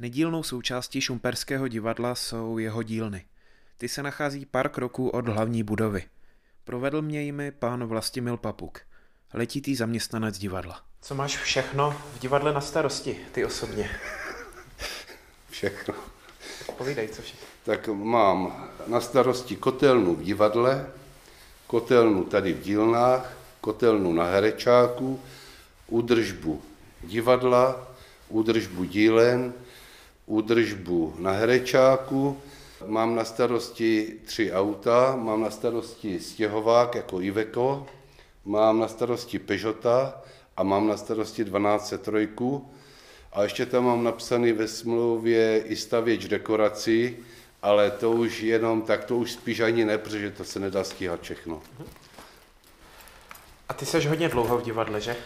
Nedílnou součástí Šumperského divadla jsou jeho dílny. Ty se nachází pár kroků od hlavní budovy. Provedl mě jimi pan Vlastimil Papuk, letitý zaměstnanec divadla. Co máš všechno v divadle na starosti, ty osobně? Všechno. Povídej, co všechno. Tak mám na starosti kotelnu v divadle, kotelnu tady v dílnách, kotelnu na herečáku, údržbu divadla, údržbu dílen, údržbu na herečáku. Mám na starosti 3 auta, mám na starosti stěhovák jako Iveco, mám na starosti Peugeota a mám na starosti 1203. A ještě tam mám napsaný ve smlouvě i stavěč dekorací, ale to už jenom, tak to už spíš ani ne, protože to se nedá stíhat všechno. A ty seš hodně dlouho v divadle, že?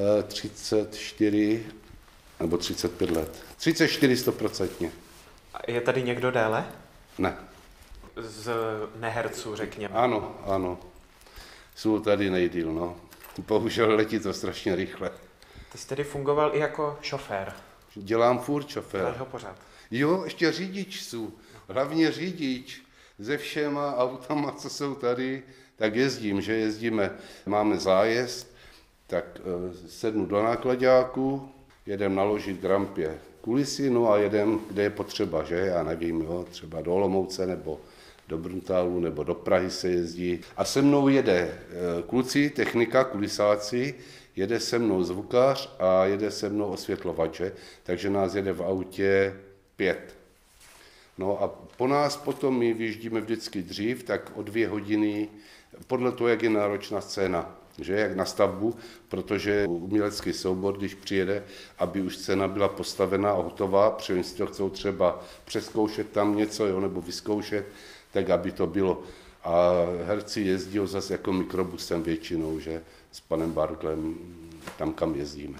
34 nebo 35 let. 34 100%. A je tady někdo déle? Ne. Z neherců, řekněme. Ano. Jsou tady nejdýl, no. Bohužel letí to strašně rychle. Ty jsi tedy fungoval i jako šofér. Dělám furt šofér. Děláš ho pořád. Jo, ještě řidič jsou. Hlavně řidič. Se všema autama, co jsou tady, tak jezdíme. Máme zájezd, tak sednu do nákladáku, jedem naložit k rampě kulisy, no a jedem, kde je potřeba, že? Já nevím, jo, třeba do Olomouce nebo do Bruntálu nebo do Prahy se jezdí. A se mnou jede kluci, technika, kulisáci, jede se mnou zvukař a jede se mnou osvětlovač, že? Takže nás jede v autě 5. No a po nás potom my vyjíždíme vždycky dřív, tak o 2 hodiny, podle toho, jak je náročná scéna, že, jak na stavbu, protože umělecký soubor, když přijede, aby už scéna byla postavená a hotová, protože oni si to chcou třeba přezkoušet tam něco, jo, nebo vyzkoušet, tak aby to bylo. A herci jezdí zase jako mikrobusem většinou, že, s panem Bartlem, tam, kam jezdíme.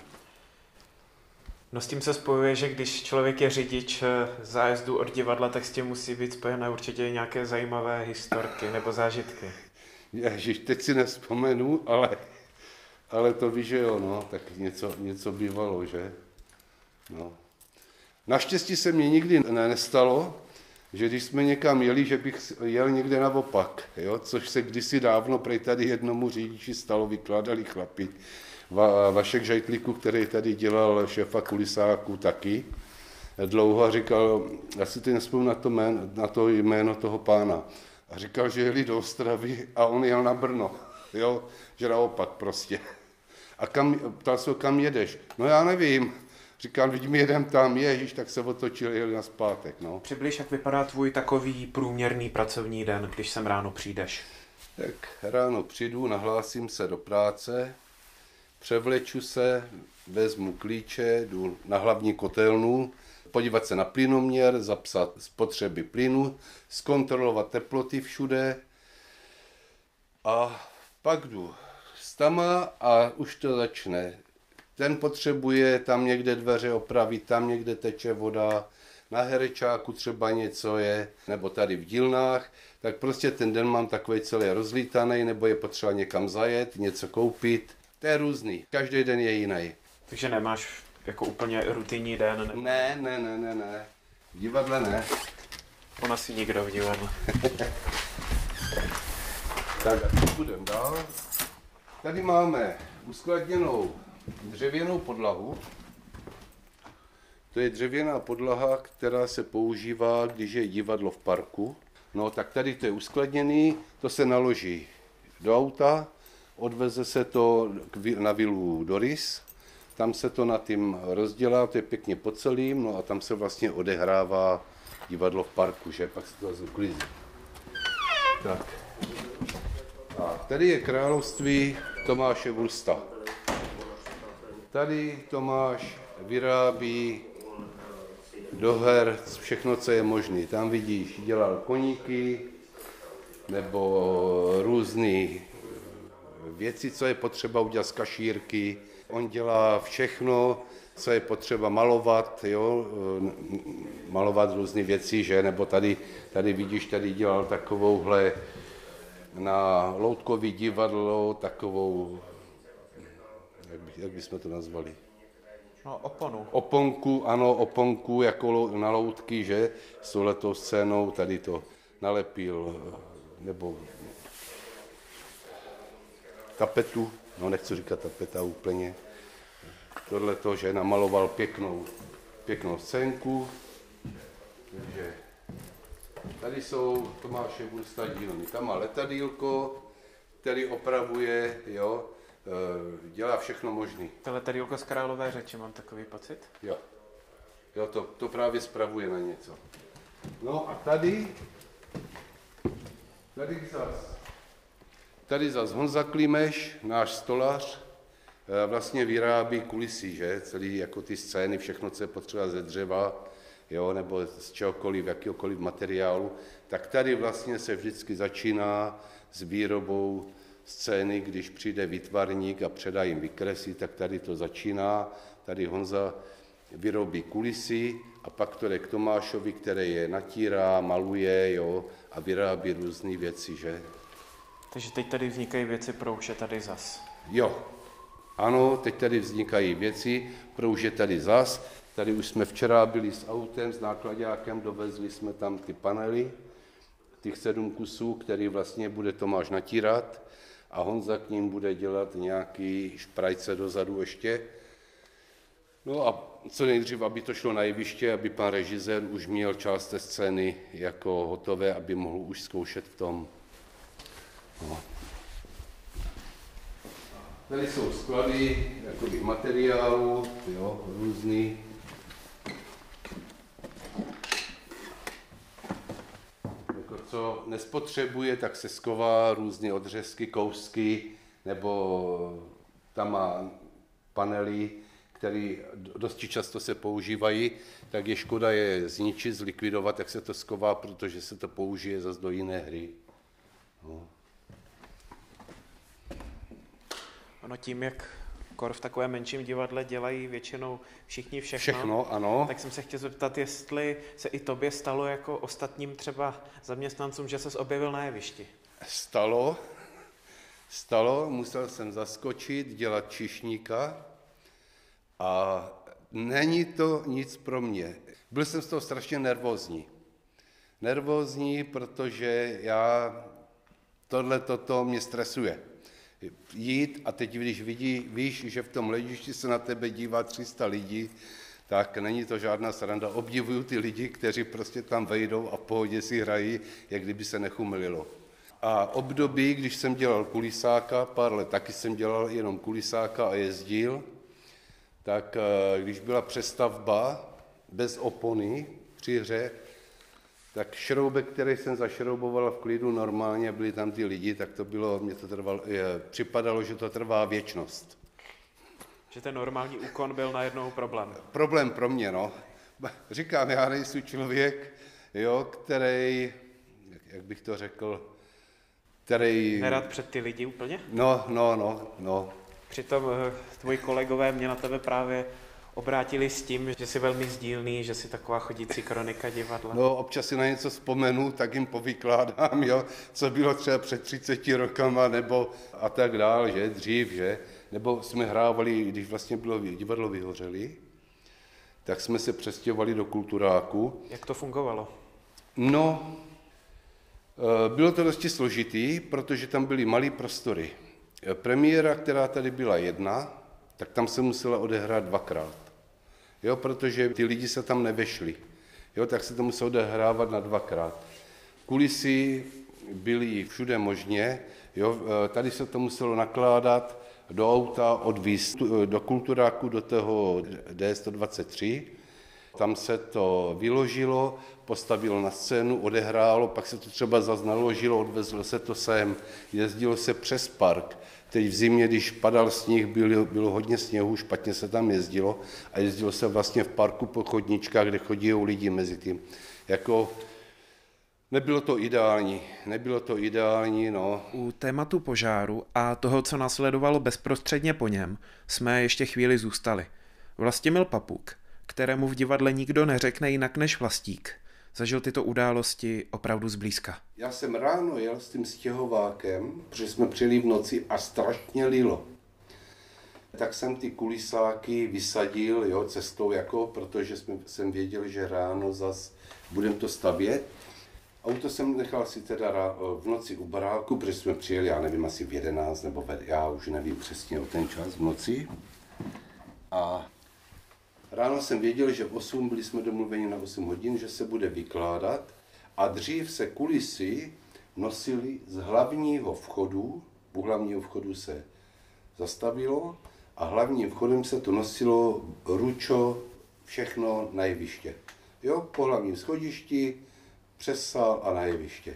No s tím se spojuje, že když člověk je řidič zájezdu od divadla, tak s tím musí být spojené určitě nějaké zajímavé historky nebo zážitky. Ježiš, teď si nevzpomenu, ale to víš, že jo, no, tak něco bývalo, že? No. Naštěstí se mi nikdy nestalo, že když jsme někam jeli, že bych jel někde naopak, jo? Což se kdysi dávno prej tady jednomu řidiči stalo, vykládali chlapi. Vašek Žajtlíku, který tady dělal šéfa kulisáků taky dlouho a říkal, já si teď nespomínám na to jméno toho pána, a říkal, že jeli do Ostravy a on jel na Brno, jo, že naopak prostě. A ptal se ho, kam jedeš? No já nevím. Říkal, vidím, jedem tam, ježiš, tak se otočil, jeli nazpátek, no. Přibliž, jak vypadá tvůj takový průměrný pracovní den, když sem ráno přijdeš? Tak ráno přijdu, nahlásím se do práce, převleču se, vezmu klíče, jdu na hlavní kotelnu, podívat se na plynoměr, zapsat spotřeby plynu, zkontrolovat teploty všude a pak jdu s tama a už to začne. Ten potřebuje tam někde dveře opravit, tam někde teče voda, na herečáku třeba něco je, nebo tady v dílnách, tak prostě ten den mám takový celý rozlítaný, nebo je potřeba někam zajet, něco koupit. To je různý, každý den je jiný. Takže nemáš jako úplně rutinní den? Ne. V divadle ne. On asi nikdo v divadle. Tak a teď budeme dál. Tady máme uskladněnou dřevěnou podlahu. To je dřevěná podlaha, která se používá, když je divadlo v parku. No tak tady to je uskladněný, to se naloží do auta, odveze se to na vilu Doris, tam se to na tím rozdělá, to je pěkně po celým, no a tam se vlastně odehrává divadlo v parku, že pak se to uklízí. Tak. A tady je království Tomáše Wursta. Tady Tomáš vyrábí do her všechno, co je možné. Tam vidíš, dělal koníky nebo různé věci, co je potřeba udělat z kašírky. On dělá všechno, co je potřeba malovat, jo? Malovat různé věci, že? Nebo tady vidíš, tady dělal takovouhle na loutkový divadlo, takovou, jak bychom to nazvali? No, oponu. Oponku jako na loutky, že s touhletou scénou tady to nalepil, nebo tapetu, no nechci říkat tapeta úplně, tohleto, že namaloval pěknou scénku, takže tady jsou Tomášev dílny, tam má letadýlko, který opravuje, jo, dělá všechno možný. To letadýlko z Králové Řeči, mám takový pocit? Jo, to právě spravuje na něco. No a tady zas Honza Klimeš, náš stolař, vlastně vyrábí kulisy, že? Celý jako ty scény, všechno, co je potřeba ze dřeva, jo, nebo z čehokoliv, jakýkoliv materiálu, tak tady vlastně se vždycky začíná s výrobou scény, když přijde výtvarník a předá jim vykresy, tak tady to začíná, tady Honza vyrobí kulisy a pak to jde k Tomášovi, který je natírá, maluje, jo, a vyrábí různé věci, že? Takže teď tady vznikají věci pro už je tady zas. Jo, ano, teď tady vznikají věci pro už je tady zas. Tady už jsme včera byli s autem, s nákladákem, dovezli jsme tam ty panely, těch 7 kusů, který vlastně bude Tomáš natírat a Honza k ním bude dělat nějaký šprajce dozadu ještě. No a co nejdřív, aby to šlo na jeviště, aby pan režisér už měl část té scény jako hotové, aby mohl už zkoušet v tom. No. Tady jsou sklady jakoby materiálu, jo, různý. Jako co nespotřebuje, tak se sková různé odřezky, kousky, nebo tam má panely, které dosti často se používají, tak je škoda je zničit, zlikvidovat, tak se to sková, protože se to použije zase do jiné hry. No. Ono tím, jak v takovém menším divadle dělají většinou všichni všechno, ano. Tak jsem se chtěl zeptat, jestli se i tobě stalo jako ostatním třeba zaměstnancům, že ses objevil na jevišti. Stalo, musel jsem zaskočit, dělat čišníka a není to nic pro mě. Byl jsem z toho strašně nervózní, protože toto mě stresuje. Jít a teď, když víš, že v tom hledišti se na tebe dívá 300 lidí, tak není to žádná sranda. Obdivuju ty lidi, kteří prostě tam vejdou a v pohodě si hrají, jak kdyby se nechumelilo. A období, když jsem dělal kulisáka, pár let taky jsem dělal jenom kulisáka a jezdil, tak když byla přestavba bez opony při hře, tak šroubek, který jsem zašrouboval v klidu normálně, byli tam ty lidi, tak připadalo, že to trvá věčnost. Že ten normální úkon byl najednou problém. Problém pro mě, no. Říkám, já nejsem člověk, jo, který, jak bych to řekl, který... Nerad před ty lidi úplně? No. Přitom tvoji kolegové mě na tebe právě obrátili s tím, že jsi velmi sdílný, že jsi taková chodící kronika divadla. No, občas si na něco vzpomenu, tak jim povykládám, jo, co bylo třeba před 30 rokama, nebo a tak dál, že, dřív, že. Nebo jsme hrávali, když vlastně bylo divadlo vyhořeli, tak jsme se přestěhovali do Kulturáku. Jak to fungovalo? No, bylo to dosti složitý, protože tam byly malé prostory. Premiéra, která tady byla jedna, tak tam se musela odehrát 2krát. Jo, protože ty lidi se tam nevešli. Jo, tak se to muselo odehrávat na 2krát. Kulisy byly všude možně. Jo, tady se to muselo nakládat do auta, odvízt do Kulturáku, do toho D123. Tam se to vyložilo, postavilo na scénu, odehrálo, pak se to třeba zase naložilo, odvezlo se to sem, jezdilo se přes park. Teď v zimě, když padal sníh, bylo hodně sněhu, špatně se tam jezdilo a jezdilo se vlastně v parku po chodničkách, kde chodí lidi mezi tím. Jako nebylo to ideální, no. U tématu požáru a toho, co následovalo bezprostředně po něm, jsme ještě chvíli zůstali. Vlastimil Papuk, kterému v divadle nikdo neřekne jinak než Vlastík, zažil tyto události opravdu zblízka. Já jsem ráno jel s tím stěhovákem, protože jsme přijeli v noci a strašně lilo. Tak jsem ty kulisáky vysadil, jo, cestou, jako, protože jsem věděl, že ráno zas budeme to stavět. Auto jsem nechal si teda v noci u baráku, protože jsme přijeli, já nevím, asi v 11, nebo já už nevím přesně o ten čas v noci. A ráno jsem věděl, že v 8, byli jsme domluveni na 8 hodin, že se bude vykládat a dřív se kulisy nosily z hlavního vchodu, u hlavního vchodu se zastavilo a hlavním vchodem se to nosilo ručo všechno na jeviště. Jo, po hlavním schodišti, přes sál a na jeviště.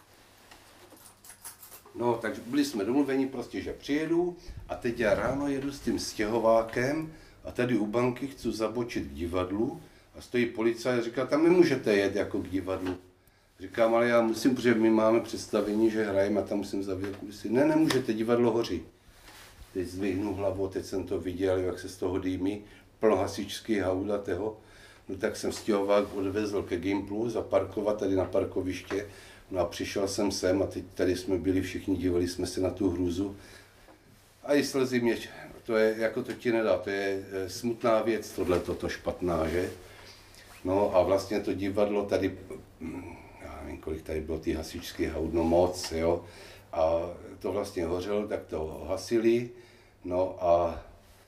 No, takže byli jsme domluveni prostě, že přijedu a teď já ráno jedu s tím stěhovákem a tady u banky chci zabočit k divadlu a stojí policajt a říká, tam nemůžete jet jako k divadlu. Říkám, ale já musím, protože my máme představení, že hrajeme a tam musím zavírat kulisy. Ne, nemůžete, divadlo hoří. Teď zdvihnu hlavu, teď jsem to viděl, jak se z toho dýmí, plno hasičských haudatého. No tak jsem stěhovák odvezl ke Gimplu, zaparkovat tady na parkoviště. No a přišel jsem sem a teď tady jsme byli všichni, dívali jsme se na tu hrůzu. A i slzy mě, to je, jako to ti nedá, to je smutná věc, tohle špatná, že? No a vlastně to divadlo tady, já nevím, kolik tady bylo ty hasičských haut, no moc, jo. A to vlastně hořelo, tak to hasili, no a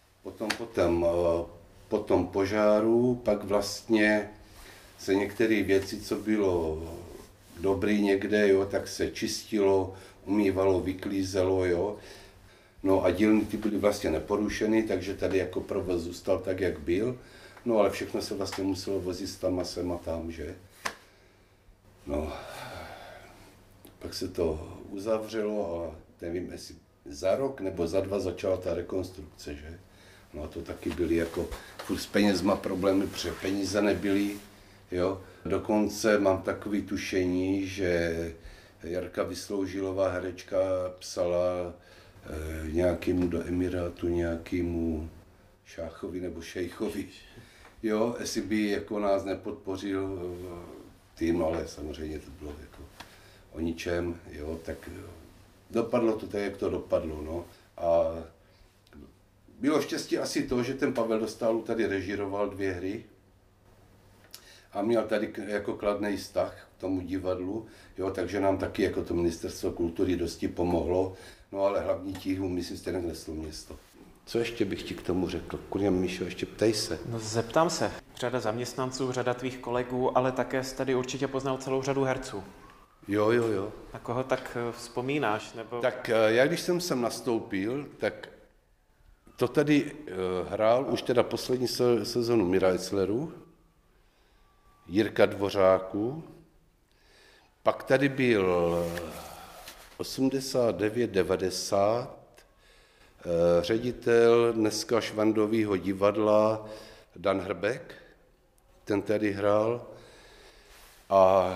po tom požáru pak vlastně se některé věci, co bylo dobrý někde, jo, tak se čistilo, umývalo, vyklízelo, jo. No a dílny ty byly vlastně neporušeny, takže tady jako provoz zůstal tak, jak byl. No ale všechno se vlastně muselo vozit tam a sem a tam, že. No, pak se to uzavřelo a nevím, jestli za rok nebo za 2 začala ta rekonstrukce, že. No a to taky byly jako furt s penězma problémy, protože peníze nebyly, jo. Dokonce mám takové tušení, že Jarka Vysloužilová, herečka, psala nějakému do Emirátu, nějakému šáchovi nebo šejchovi, jo, jestli by jako nás nepodpořil tým, ale samozřejmě to bylo jako o ničem, jo, tak dopadlo to tak, jak to dopadlo, no. A bylo štěstí asi to, že ten Pavel Dostálu tady režíroval 2 hry a měl tady jako kladný vztah k tomu divadlu, jo, takže nám taky jako to Ministerstvo kultury dosti pomohlo, no ale hlavní tíhu, myslím, jste neslo město. Co ještě bych ti k tomu řekl? Kurňa, Míšo, ještě ptej se. No zeptám se. Řada zaměstnanců, řada tvých kolegů, ale také jsi tady určitě poznal celou řadu herců. Jo. Na koho tak vzpomínáš? Nebo... Tak já když jsem sem nastoupil, tak to tady hrál už teda poslední sezonu Mira Etzlerů, Jirka Dvořáků, pak tady byl 89-90, ředitel dneska Švandovýho divadla Dan Hrbek, ten tady hrál. A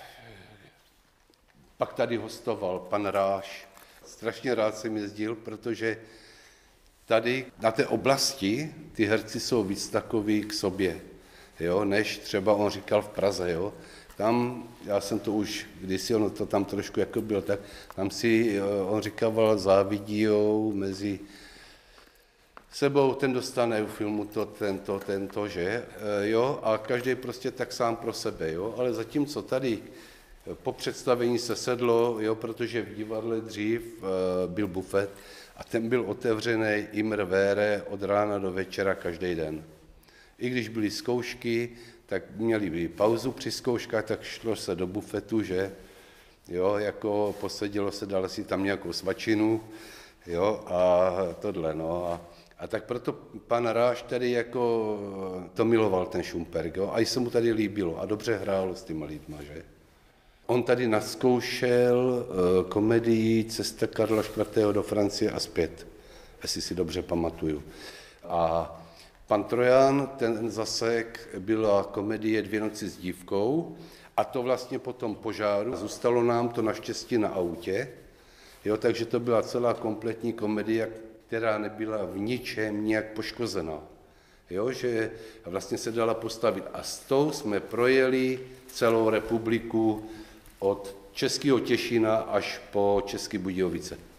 pak tady hostoval pan Ráš. Strašně rád jsem jezdil, protože tady na té oblasti ty herci jsou víc takový k sobě, jo, než třeba on říkal v Praze. Jo. Tam, já jsem to už kdysi, ono to tam trošku jako byl, tak tam si on říkával, závidíjou mezi sebou, ten dostane u filmu to, tento, že, jo, a každý prostě tak sám pro sebe, jo, ale zatímco tady po představení se sedlo, jo, protože v divadle dřív byl bufet a ten byl otevřený immer vére od rána do večera každý den. I když byly zkoušky, tak měli by pauzu při zkouškách, tak šlo se do bufetu, že, jo, jako posadilo se, dalo si tam nějakou svačinu, jo, a tohle, no, a tak proto pan Ráš tady jako to miloval, ten Šumperk, jo, a i se mu tady líbilo a dobře hrál s těma lidma, že. On tady nazkoušel komedii Cesta Karla IV. Do Francie a zpět, jestli si dobře pamatuju. A pan Trojan, ten zase byla komedie 2 noci s dívkou a to vlastně po tom požáru zůstalo nám to naštěstí na autě, jo, takže to byla celá kompletní komedie, která nebyla v ničem nějak poškozená, jo, že vlastně se dala postavit a s tou jsme projeli celou republiku od Českého Těšína až po České Budějovice.